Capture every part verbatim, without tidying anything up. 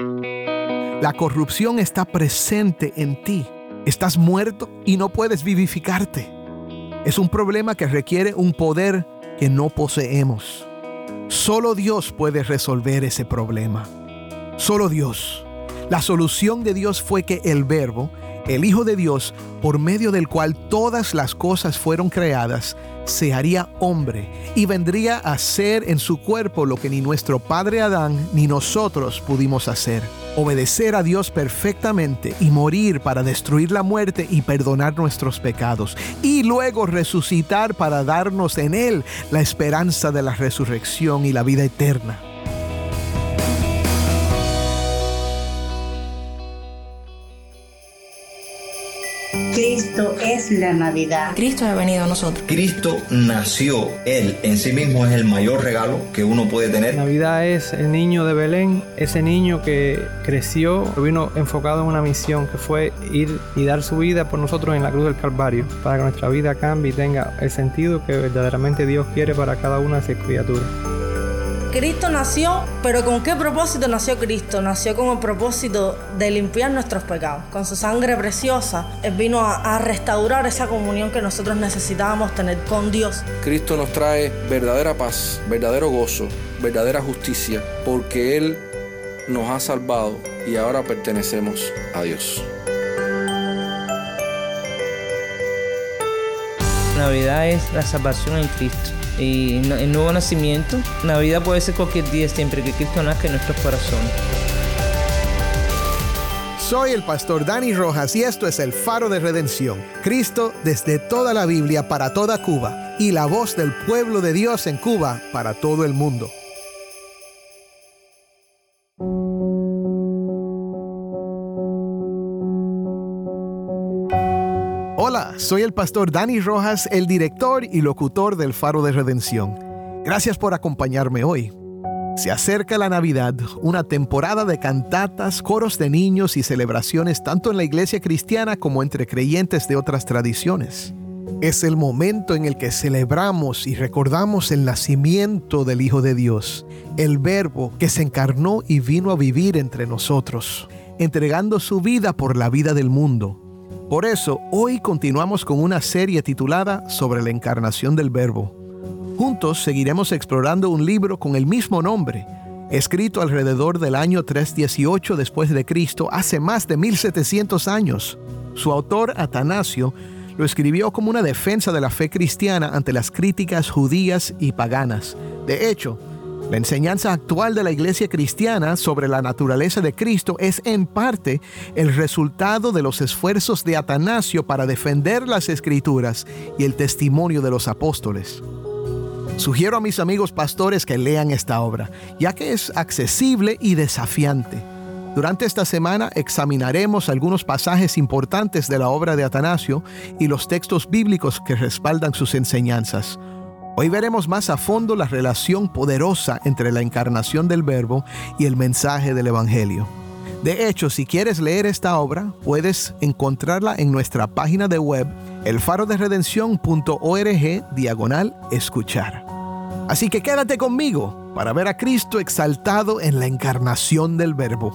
La corrupción está presente en ti. Estás muerto y no puedes vivificarte. Es un problema que requiere un poder que no poseemos. Solo Dios puede resolver ese problema. Solo Dios. La solución de Dios fue que el Verbo, el Hijo de Dios, por medio del cual todas las cosas fueron creadas, se haría hombre y vendría a hacer en su cuerpo lo que ni nuestro padre Adán ni nosotros pudimos hacer: obedecer a Dios perfectamente y morir para destruir la muerte y perdonar nuestros pecados, y luego resucitar para darnos en Él la esperanza de la resurrección y la vida eterna. Cristo es la Navidad. Cristo ha venido a nosotros. Cristo nació. Él en sí mismo es el mayor regalo que uno puede tener. Navidad es el niño de Belén, ese niño que creció, vino enfocado en una misión que fue ir y dar su vida por nosotros en la cruz del Calvario, para que nuestra vida cambie y tenga el sentido que verdaderamente Dios quiere para cada una de sus criaturas. Cristo nació, pero ¿con qué propósito nació Cristo? Nació con el propósito de limpiar nuestros pecados. Con su sangre preciosa, Él vino a, a restaurar esa comunión que nosotros necesitábamos tener con Dios. Cristo nos trae verdadera paz, verdadero gozo, verdadera justicia, porque Él nos ha salvado y ahora pertenecemos a Dios. Navidad es la salvación en Cristo y el nuevo nacimiento. Navidad puede ser cualquier día, siempre que Cristo nazca en nuestros corazones. Soy el pastor Dani Rojas y esto es el Faro de Redención. Cristo desde toda la Biblia para toda Cuba y la voz del pueblo de Dios en Cuba para todo el mundo. Hola, soy el pastor Dani Rojas, el director y locutor del Faro de Redención. Gracias por acompañarme hoy. Se acerca la Navidad, una temporada de cantatas, coros de niños y celebraciones tanto en la iglesia cristiana como entre creyentes de otras tradiciones. Es el momento en el que celebramos y recordamos el nacimiento del Hijo de Dios, el Verbo que se encarnó y vino a vivir entre nosotros, entregando su vida por la vida del mundo. Por eso, hoy continuamos con una serie titulada Sobre la encarnación del Verbo. Juntos seguiremos explorando un libro con el mismo nombre, escrito alrededor del año trescientos dieciocho después de Cristo, hace más de mil setecientos años. Su autor, Atanasio, lo escribió como una defensa de la fe cristiana ante las críticas judías y paganas. De hecho, la enseñanza actual de la iglesia cristiana sobre la naturaleza de Cristo es en parte el resultado de los esfuerzos de Atanasio para defender las Escrituras y el testimonio de los apóstoles. Sugiero a mis amigos pastores que lean esta obra, ya que es accesible y desafiante. Durante esta semana examinaremos algunos pasajes importantes de la obra de Atanasio y los textos bíblicos que respaldan sus enseñanzas. Hoy veremos más a fondo la relación poderosa entre la encarnación del Verbo y el mensaje del Evangelio. De hecho, si quieres leer esta obra, puedes encontrarla en nuestra página de web, el faro de redención punto org, diagonal escuchar. Así que quédate conmigo para ver a Cristo exaltado en la encarnación del Verbo.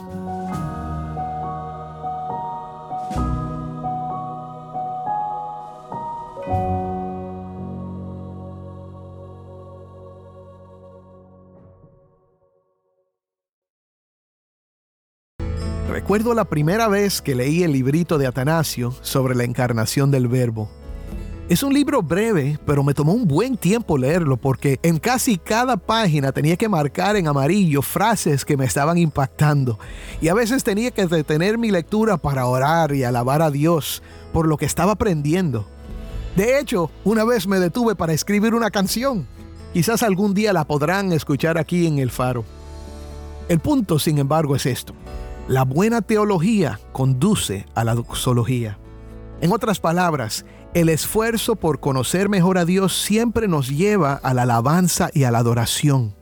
Recuerdo la primera vez que leí el librito de Atanasio sobre la encarnación del Verbo. Es un libro breve, pero me tomó un buen tiempo leerlo porque en casi cada página tenía que marcar en amarillo frases que me estaban impactando. Y a veces tenía que detener mi lectura para orar y alabar a Dios por lo que estaba aprendiendo. De hecho, una vez me detuve para escribir una canción. Quizás algún día la podrán escuchar aquí en El Faro. El punto, sin embargo, es esto. La buena teología conduce a la doxología. En otras palabras, el esfuerzo por conocer mejor a Dios siempre nos lleva a la alabanza y a la adoración.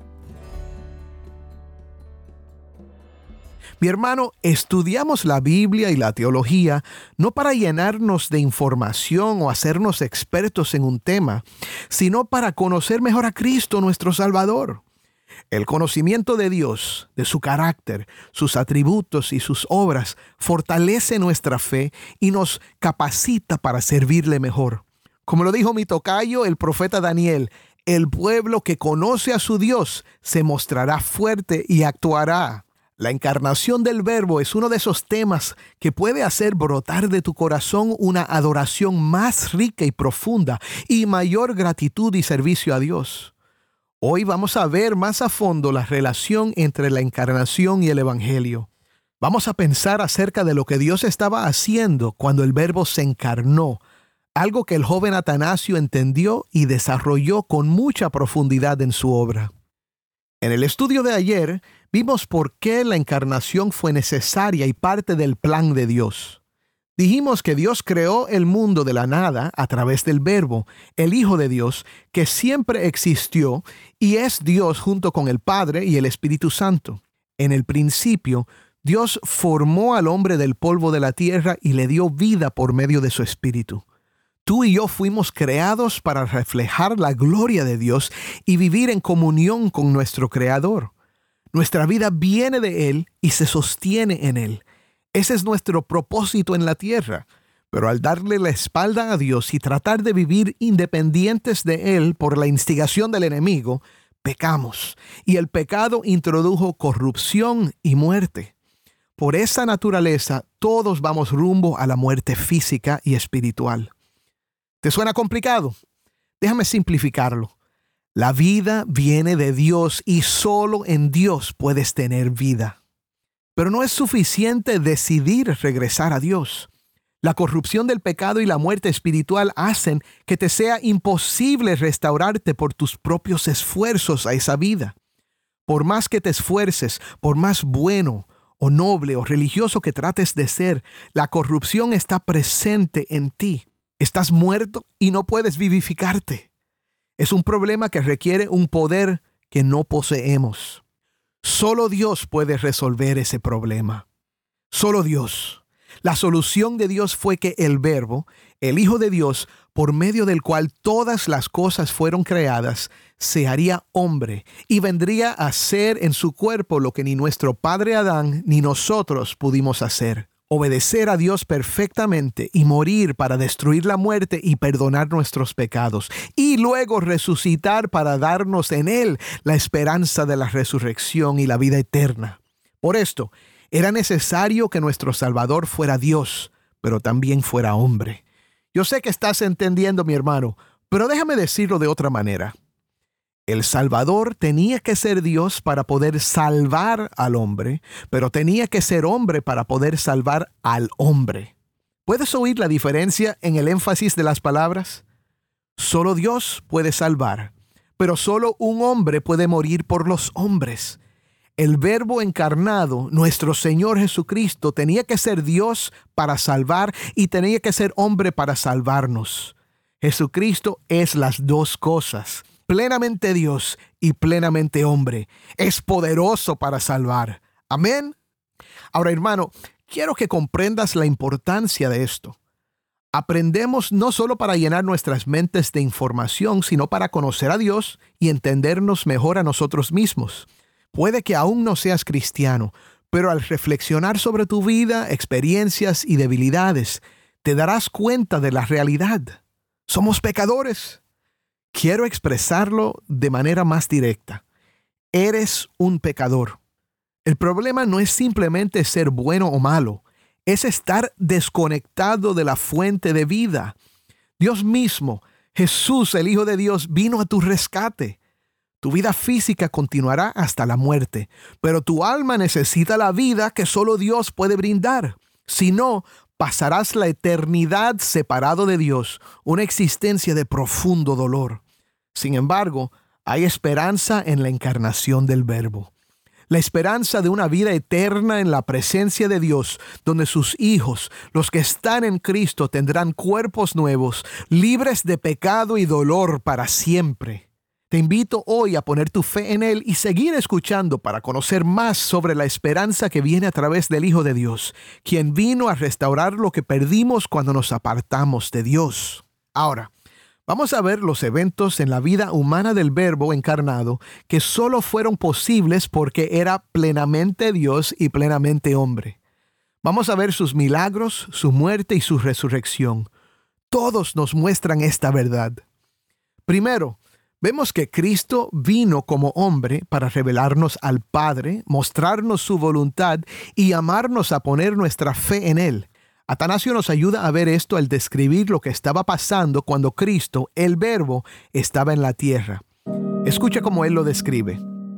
Mi hermano, estudiamos la Biblia y la teología no para llenarnos de información o hacernos expertos en un tema, sino para conocer mejor a Cristo, nuestro Salvador. El conocimiento de Dios, de su carácter, sus atributos y sus obras, fortalece nuestra fe y nos capacita para servirle mejor. Como lo dijo mi tocayo, el profeta Daniel, el pueblo que conoce a su Dios se mostrará fuerte y actuará. La encarnación del Verbo es uno de esos temas que puede hacer brotar de tu corazón una adoración más rica y profunda y mayor gratitud y servicio a Dios. Hoy vamos a ver más a fondo la relación entre la encarnación y el Evangelio. Vamos a pensar acerca de lo que Dios estaba haciendo cuando el Verbo se encarnó, algo que el joven Atanasio entendió y desarrolló con mucha profundidad en su obra. En el estudio de ayer vimos por qué la encarnación fue necesaria y parte del plan de Dios. Dijimos que Dios creó el mundo de la nada a través del Verbo, el Hijo de Dios, que siempre existió y es Dios junto con el Padre y el Espíritu Santo. En el principio, Dios formó al hombre del polvo de la tierra y le dio vida por medio de su Espíritu. Tú y yo fuimos creados para reflejar la gloria de Dios y vivir en comunión con nuestro Creador. Nuestra vida viene de Él y se sostiene en Él. Ese es nuestro propósito en la tierra. Pero al darle la espalda a Dios y tratar de vivir independientes de Él por la instigación del enemigo, pecamos. Y el pecado introdujo corrupción y muerte. Por esa naturaleza, todos vamos rumbo a la muerte física y espiritual. ¿Te suena complicado? Déjame simplificarlo. La vida viene de Dios y solo en Dios puedes tener vida. Pero no es suficiente decidir regresar a Dios. La corrupción del pecado y la muerte espiritual hacen que te sea imposible restaurarte por tus propios esfuerzos a esa vida. Por más que te esfuerces, por más bueno o noble o religioso que trates de ser, la corrupción está presente en ti. Estás muerto y no puedes vivificarte. Es un problema que requiere un poder que no poseemos. Solo Dios puede resolver ese problema. Solo Dios. La solución de Dios fue que el Verbo, el Hijo de Dios, por medio del cual todas las cosas fueron creadas, se haría hombre y vendría a hacer en su cuerpo lo que ni nuestro padre Adán ni nosotros pudimos hacer. Obedecer a Dios perfectamente y morir para destruir la muerte y perdonar nuestros pecados, y luego resucitar para darnos en Él la esperanza de la resurrección y la vida eterna. Por esto, era necesario que nuestro Salvador fuera Dios, pero también fuera hombre. Yo sé que estás entendiendo, mi hermano, pero déjame decirlo de otra manera. El Salvador tenía que ser Dios para poder salvar al hombre, pero tenía que ser hombre para poder salvar al hombre. ¿Puedes oír la diferencia en el énfasis de las palabras? Solo Dios puede salvar, pero solo un hombre puede morir por los hombres. El Verbo encarnado, nuestro Señor Jesucristo, tenía que ser Dios para salvar y tenía que ser hombre para salvarnos. Jesucristo es las dos cosas. Plenamente Dios y plenamente hombre. Es poderoso para salvar. Amén. Ahora, hermano, quiero que comprendas la importancia de esto. Aprendemos no solo para llenar nuestras mentes de información, sino para conocer a Dios y entendernos mejor a nosotros mismos. Puede que aún no seas cristiano, pero al reflexionar sobre tu vida, experiencias y debilidades, te darás cuenta de la realidad. Somos pecadores. Quiero expresarlo de manera más directa. Eres un pecador. El problema no es simplemente ser bueno o malo, es estar desconectado de la fuente de vida. Dios mismo, Jesús, el Hijo de Dios, vino a tu rescate. Tu vida física continuará hasta la muerte, pero tu alma necesita la vida que solo Dios puede brindar. Si no, pasarás la eternidad separado de Dios, una existencia de profundo dolor. Sin embargo, hay esperanza en la encarnación del Verbo. La esperanza de una vida eterna en la presencia de Dios, donde sus hijos, los que están en Cristo, tendrán cuerpos nuevos, libres de pecado y dolor para siempre. Te invito hoy a poner tu fe en Él y seguir escuchando para conocer más sobre la esperanza que viene a través del Hijo de Dios, quien vino a restaurar lo que perdimos cuando nos apartamos de Dios. Ahora, Vamos a ver los eventos en la vida humana del Verbo encarnado que solo fueron posibles porque era plenamente Dios y plenamente hombre. Vamos a ver sus milagros, su muerte y su resurrección. Todos nos muestran esta verdad. Primero, vemos que Cristo vino como hombre para revelarnos al Padre, mostrarnos su voluntad y llamarnos a poner nuestra fe en Él. Atanasio nos ayuda a ver esto al describir lo que estaba pasando cuando Cristo, el Verbo, estaba en la tierra. Escucha cómo él lo describe.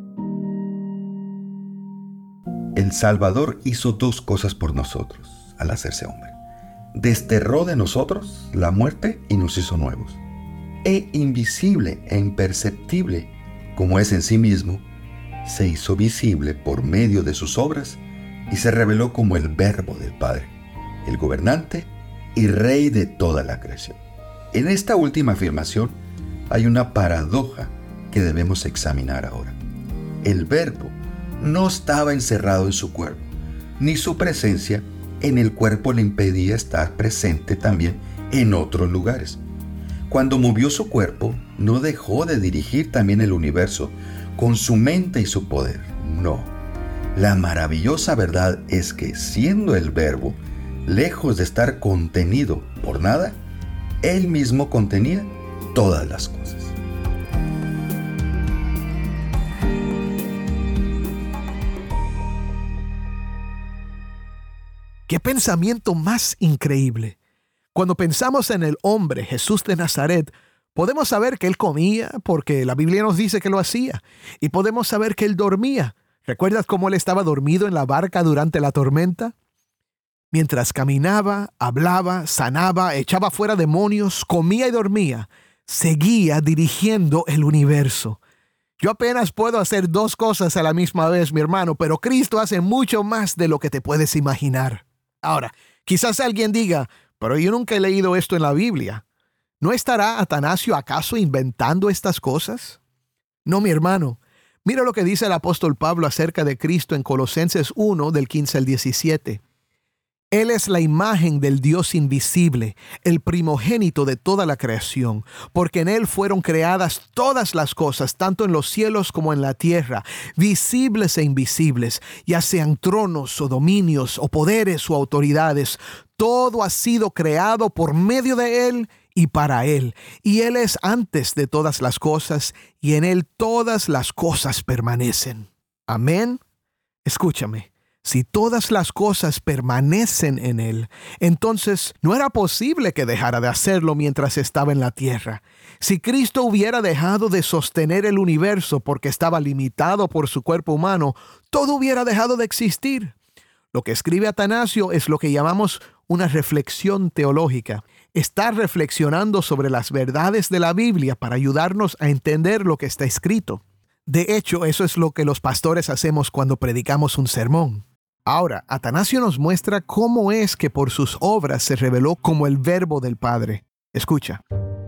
El Salvador hizo dos cosas por nosotros al hacerse hombre. Desterró de nosotros la muerte y nos hizo nuevos. E invisible e imperceptible, como es en sí mismo, se hizo visible por medio de sus obras y se reveló como el Verbo del Padre, el gobernante y rey de toda la creación. En esta última afirmación hay una paradoja que debemos examinar ahora. El Verbo no estaba encerrado en su cuerpo, ni su presencia en el cuerpo le impedía estar presente también en otros lugares. Cuando movió su cuerpo, no dejó de dirigir también el universo con su mente y su poder. No. La maravillosa verdad es que, siendo el Verbo, lejos de estar contenido por nada, Él mismo contenía todas las cosas. ¡Qué pensamiento más increíble! Cuando pensamos en el hombre Jesús de Nazaret, podemos saber que Él comía porque la Biblia nos dice que lo hacía. Y podemos saber que Él dormía. ¿Recuerdas cómo Él estaba dormido en la barca durante la tormenta? Mientras caminaba, hablaba, sanaba, echaba fuera demonios, comía y dormía, seguía dirigiendo el universo. Yo apenas puedo hacer dos cosas a la misma vez, mi hermano, pero Cristo hace mucho más de lo que te puedes imaginar. Ahora, quizás alguien diga, pero yo nunca he leído esto en la Biblia. ¿No estará Atanasio acaso inventando estas cosas? No, mi hermano. Mira lo que dice el apóstol Pablo acerca de Cristo en Colosenses uno, del quince al diecisiete. Él es la imagen del Dios invisible, el primogénito de toda la creación, porque en Él fueron creadas todas las cosas, tanto en los cielos como en la tierra, visibles e invisibles, ya sean tronos o dominios o poderes o autoridades. Todo ha sido creado por medio de Él y para Él, y Él es antes de todas las cosas, y en Él todas las cosas permanecen. Amén. Escúchame. Si todas las cosas permanecen en Él, entonces no era posible que dejara de hacerlo mientras estaba en la tierra. Si Cristo hubiera dejado de sostener el universo porque estaba limitado por su cuerpo humano, todo hubiera dejado de existir. Lo que escribe Atanasio es lo que llamamos una reflexión teológica. Está reflexionando sobre las verdades de la Biblia para ayudarnos a entender lo que está escrito. De hecho, eso es lo que los pastores hacemos cuando predicamos un sermón. Ahora, Atanasio nos muestra cómo es que por sus obras se reveló como el Verbo del Padre. Escucha.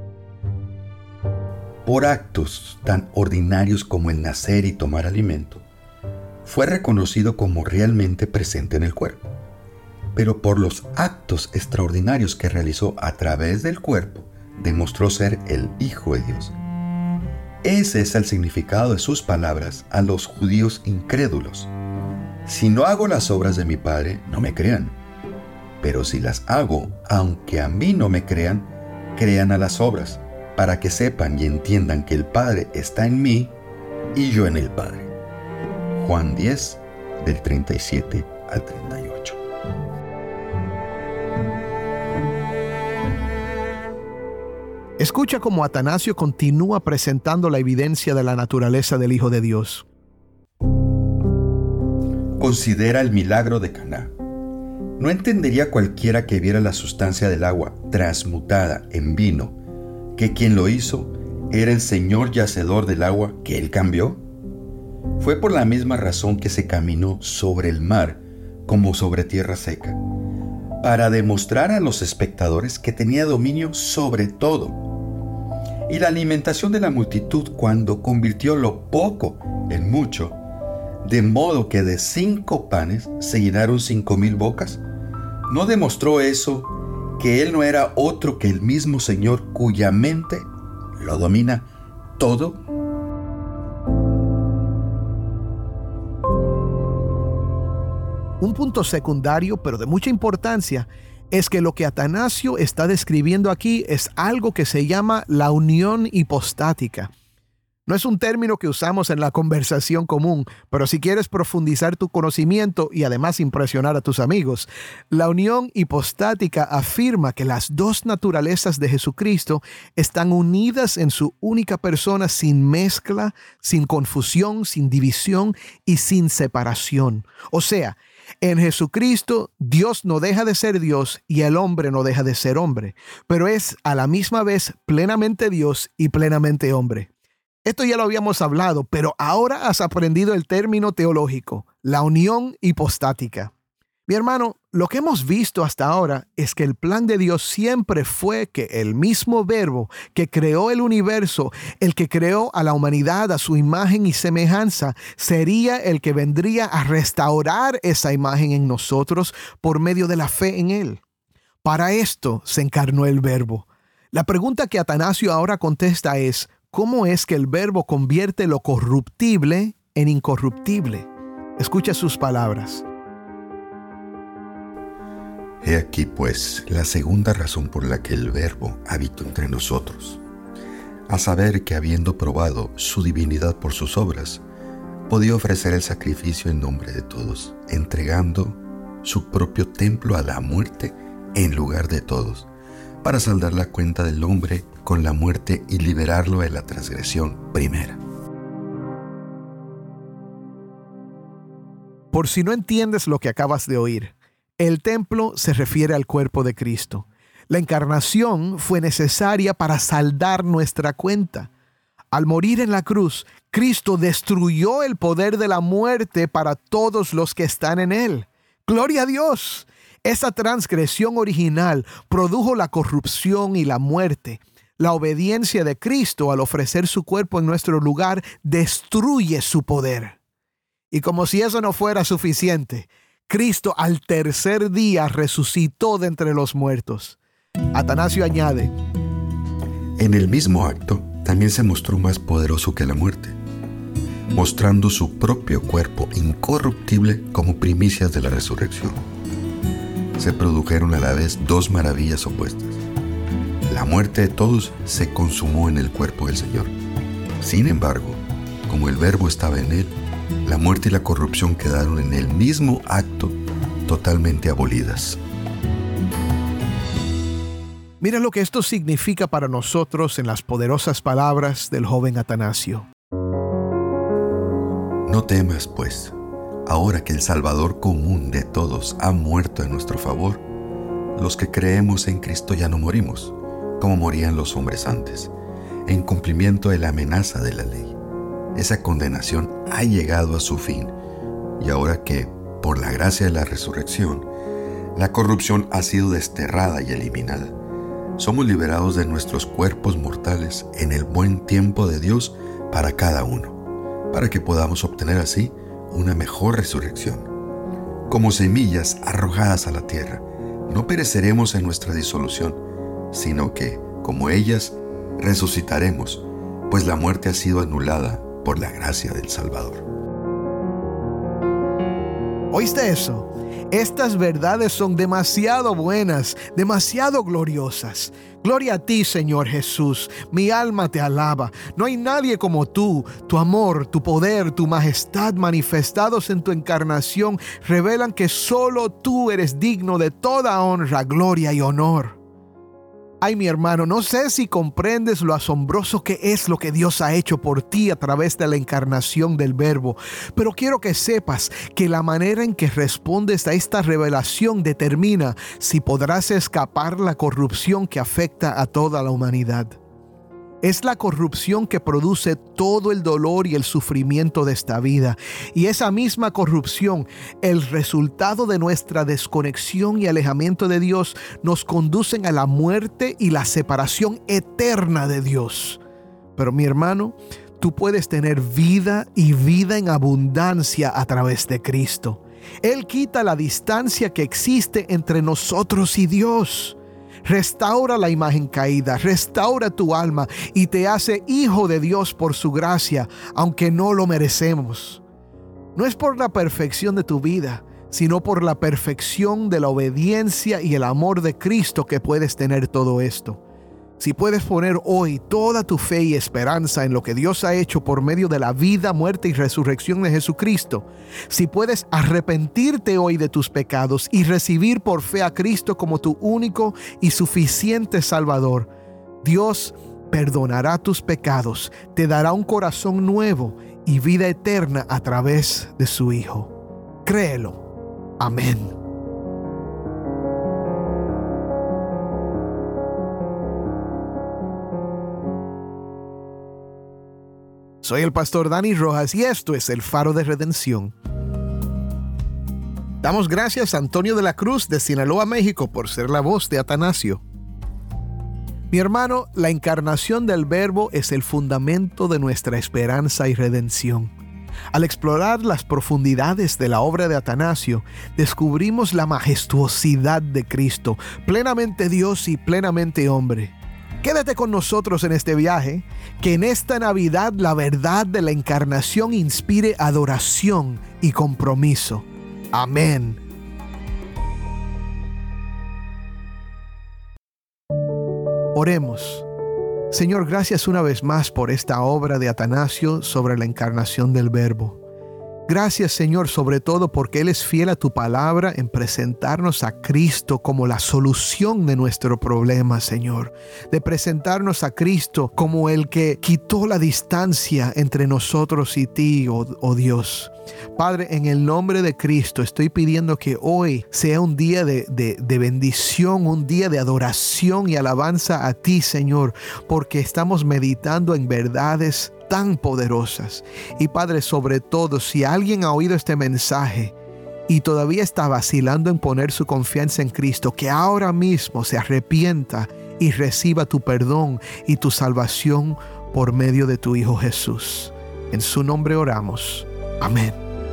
Por actos tan ordinarios como el nacer y tomar alimento, fue reconocido como realmente presente en el cuerpo. Pero por los actos extraordinarios que realizó a través del cuerpo, demostró ser el Hijo de Dios. Ese es el significado de sus palabras a los judíos incrédulos. Si no hago las obras de mi Padre, no me crean. Pero si las hago, aunque a mí no me crean, crean a las obras, para que sepan y entiendan que el Padre está en mí y yo en el Padre. Juan diez, del treinta y siete al treinta y ocho. Escucha cómo Atanasio continúa presentando la evidencia de la naturaleza del Hijo de Dios. Considera el milagro de Caná. No entendería cualquiera que viera la sustancia del agua transmutada en vino, que quien lo hizo era el Señor yacedor del agua que él cambió. Fue por la misma razón que se caminó sobre el mar como sobre tierra seca, para demostrar a los espectadores que tenía dominio sobre todo. Y la alimentación de la multitud, cuando convirtió lo poco en mucho, de modo que de cinco panes se llenaron cinco mil bocas, ¿no demostró eso que Él no era otro que el mismo Señor cuya mente lo domina todo? Un punto secundario, pero de mucha importancia, es que lo que Atanasio está describiendo aquí es algo que se llama la unión hipostática. No es un término que usamos en la conversación común, pero si quieres profundizar tu conocimiento y además impresionar a tus amigos, la unión hipostática afirma que las dos naturalezas de Jesucristo están unidas en su única persona sin mezcla, sin confusión, sin división y sin separación. O sea, en Jesucristo, Dios no deja de ser Dios y el hombre no deja de ser hombre, pero es a la misma vez plenamente Dios y plenamente hombre. Esto ya lo habíamos hablado, pero ahora has aprendido el término teológico, la unión hipostática. Mi hermano, lo que hemos visto hasta ahora es que el plan de Dios siempre fue que el mismo Verbo que creó el universo, el que creó a la humanidad a su imagen y semejanza, sería el que vendría a restaurar esa imagen en nosotros por medio de la fe en Él. Para esto se encarnó el Verbo. La pregunta que Atanasio ahora contesta es, ¿cómo es que el Verbo convierte lo corruptible en incorruptible? Escucha sus palabras. He aquí, pues, la segunda razón por la que el Verbo habitó entre nosotros, a saber que habiendo probado su divinidad por sus obras, podía ofrecer el sacrificio en nombre de todos, entregando su propio templo a la muerte en lugar de todos, para saldar la cuenta del hombre con la muerte y liberarlo de la transgresión primera. Por si no entiendes lo que acabas de oír, el templo se refiere al cuerpo de Cristo. La encarnación fue necesaria para saldar nuestra cuenta. Al morir en la cruz, Cristo destruyó el poder de la muerte para todos los que están en Él. ¡Gloria a Dios! Esa transgresión original produjo la corrupción y la muerte. La obediencia de Cristo al ofrecer su cuerpo en nuestro lugar destruye su poder. Y como si eso no fuera suficiente, Cristo al tercer día resucitó de entre los muertos. Atanasio añade, en el mismo acto también se mostró más poderoso que la muerte, mostrando su propio cuerpo incorruptible como primicias de la resurrección. Se produjeron a la vez dos maravillas opuestas. La muerte de todos se consumó en el cuerpo del Señor. Sin embargo, como el Verbo estaba en él, la muerte y la corrupción quedaron en el mismo acto totalmente abolidas. Mira lo que esto significa para nosotros en las poderosas palabras del joven Atanasio. No temas, pues, ahora que el Salvador común de todos ha muerto en nuestro favor, los que creemos en Cristo ya no morimos, como morían los hombres antes, en cumplimiento de la amenaza de la ley. Esa condenación ha llegado a su fin, y ahora que, por la gracia de la resurrección, la corrupción ha sido desterrada y eliminada, somos liberados de nuestros cuerpos mortales en el buen tiempo de Dios para cada uno, para que podamos obtener así una mejor resurrección. Como semillas arrojadas a la tierra, no pereceremos en nuestra disolución, sino que, como ellas, resucitaremos, pues la muerte ha sido anulada por la gracia del Salvador. ¿Oíste eso? Estas verdades son demasiado buenas, demasiado gloriosas. Gloria a ti, Señor Jesús. Mi alma te alaba. No hay nadie como tú. Tu amor, tu poder, tu majestad manifestados en tu encarnación revelan que solo tú eres digno de toda honra, gloria y honor. Ay, mi hermano, no sé si comprendes lo asombroso que es lo que Dios ha hecho por ti a través de la encarnación del Verbo, pero quiero que sepas que la manera en que respondes a esta revelación determina si podrás escapar la corrupción que afecta a toda la humanidad. Es la corrupción que produce todo el dolor y el sufrimiento de esta vida. Y esa misma corrupción, el resultado de nuestra desconexión y alejamiento de Dios, nos conducen a la muerte y la separación eterna de Dios. Pero mi hermano, tú puedes tener vida y vida en abundancia a través de Cristo. Él quita la distancia que existe entre nosotros y Dios. restaura la imagen caída, restaura tu alma y te hace hijo de Dios por su gracia, aunque no lo merecemos. No es por la perfección de tu vida, sino por la perfección de la obediencia y el amor de Cristo que puedes tener todo esto. Si puedes poner hoy toda tu fe y esperanza en lo que Dios ha hecho por medio de la vida, muerte y resurrección de Jesucristo, si puedes arrepentirte hoy de tus pecados y recibir por fe a Cristo como tu único y suficiente Salvador, Dios perdonará tus pecados, te dará un corazón nuevo y vida eterna a través de su Hijo. Créelo. Amén. Soy el pastor Dani Rojas y esto es el Faro de Redención. Damos gracias a Antonio de la Cruz de Sinaloa, México, por ser la voz de Atanasio. Mi hermano, la encarnación del Verbo es el fundamento de nuestra esperanza y redención. Al explorar las profundidades de la obra de Atanasio, descubrimos la majestuosidad de Cristo, plenamente Dios y plenamente hombre. Quédate con nosotros en este viaje, que en esta Navidad la verdad de la encarnación inspire adoración y compromiso. Amén. Oremos. Señor, gracias una vez más por esta obra de Atanasio sobre la encarnación del Verbo. Gracias, Señor, sobre todo porque Él es fiel a tu palabra en presentarnos a Cristo como la solución de nuestro problema, Señor. De presentarnos a Cristo como el que quitó la distancia entre nosotros y ti, oh, oh Dios. Padre, en el nombre de Cristo estoy pidiendo que hoy sea un día de, de, de bendición, un día de adoración y alabanza a ti, Señor, porque estamos meditando en verdades tan poderosas. Y Padre, sobre todo, si alguien ha oído este mensaje y todavía está vacilando en poner su confianza en Cristo, que ahora mismo se arrepienta y reciba tu perdón y tu salvación por medio de tu Hijo Jesús. En su nombre oramos. Amén.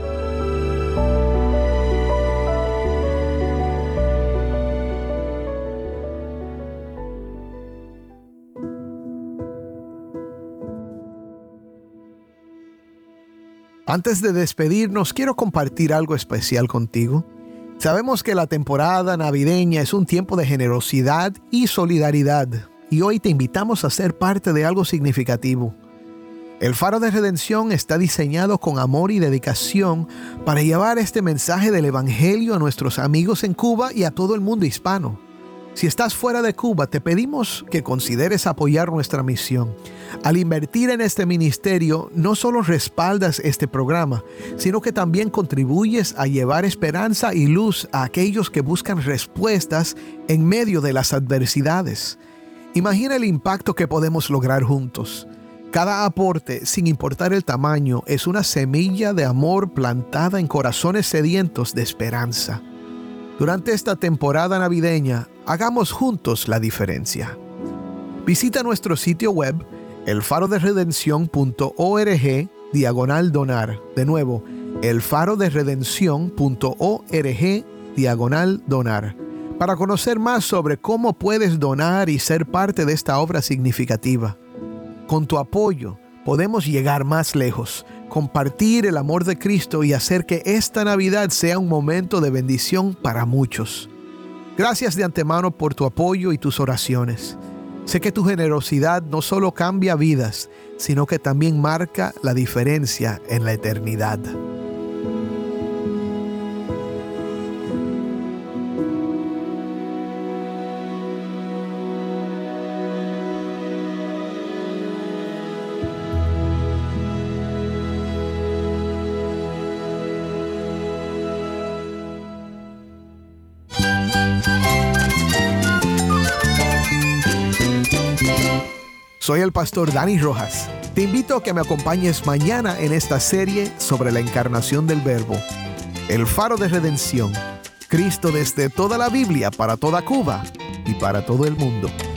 Antes de despedirnos, quiero compartir algo especial contigo. Sabemos que la temporada navideña es un tiempo de generosidad y solidaridad, y hoy te invitamos a ser parte de algo significativo. El Faro de Redención está diseñado con amor y dedicación para llevar este mensaje del Evangelio a nuestros amigos en Cuba y a todo el mundo hispano. Si estás fuera de Cuba, te pedimos que consideres apoyar nuestra misión. Al invertir en este ministerio, no solo respaldas este programa, sino que también contribuyes a llevar esperanza y luz a aquellos que buscan respuestas en medio de las adversidades. Imagina el impacto que podemos lograr juntos. Cada aporte, sin importar el tamaño, es una semilla de amor plantada en corazones sedientos de esperanza. Durante esta temporada navideña, hagamos juntos la diferencia. Visita nuestro sitio web, elfaroderedención.org, diagonal donar. De nuevo, elfaroderedención.org, diagonal donar. Para conocer más sobre cómo puedes donar y ser parte de esta obra significativa. Con tu apoyo, podemos llegar más lejos, compartir el amor de Cristo y hacer que esta Navidad sea un momento de bendición para muchos. Gracias de antemano por tu apoyo y tus oraciones. Sé que tu generosidad no solo cambia vidas, sino que también marca la diferencia en la eternidad. Soy el pastor Dani Rojas. Te invito a que me acompañes mañana en esta serie sobre la encarnación del Verbo. El Faro de Redención. Cristo desde toda la Biblia para toda Cuba y para todo el mundo.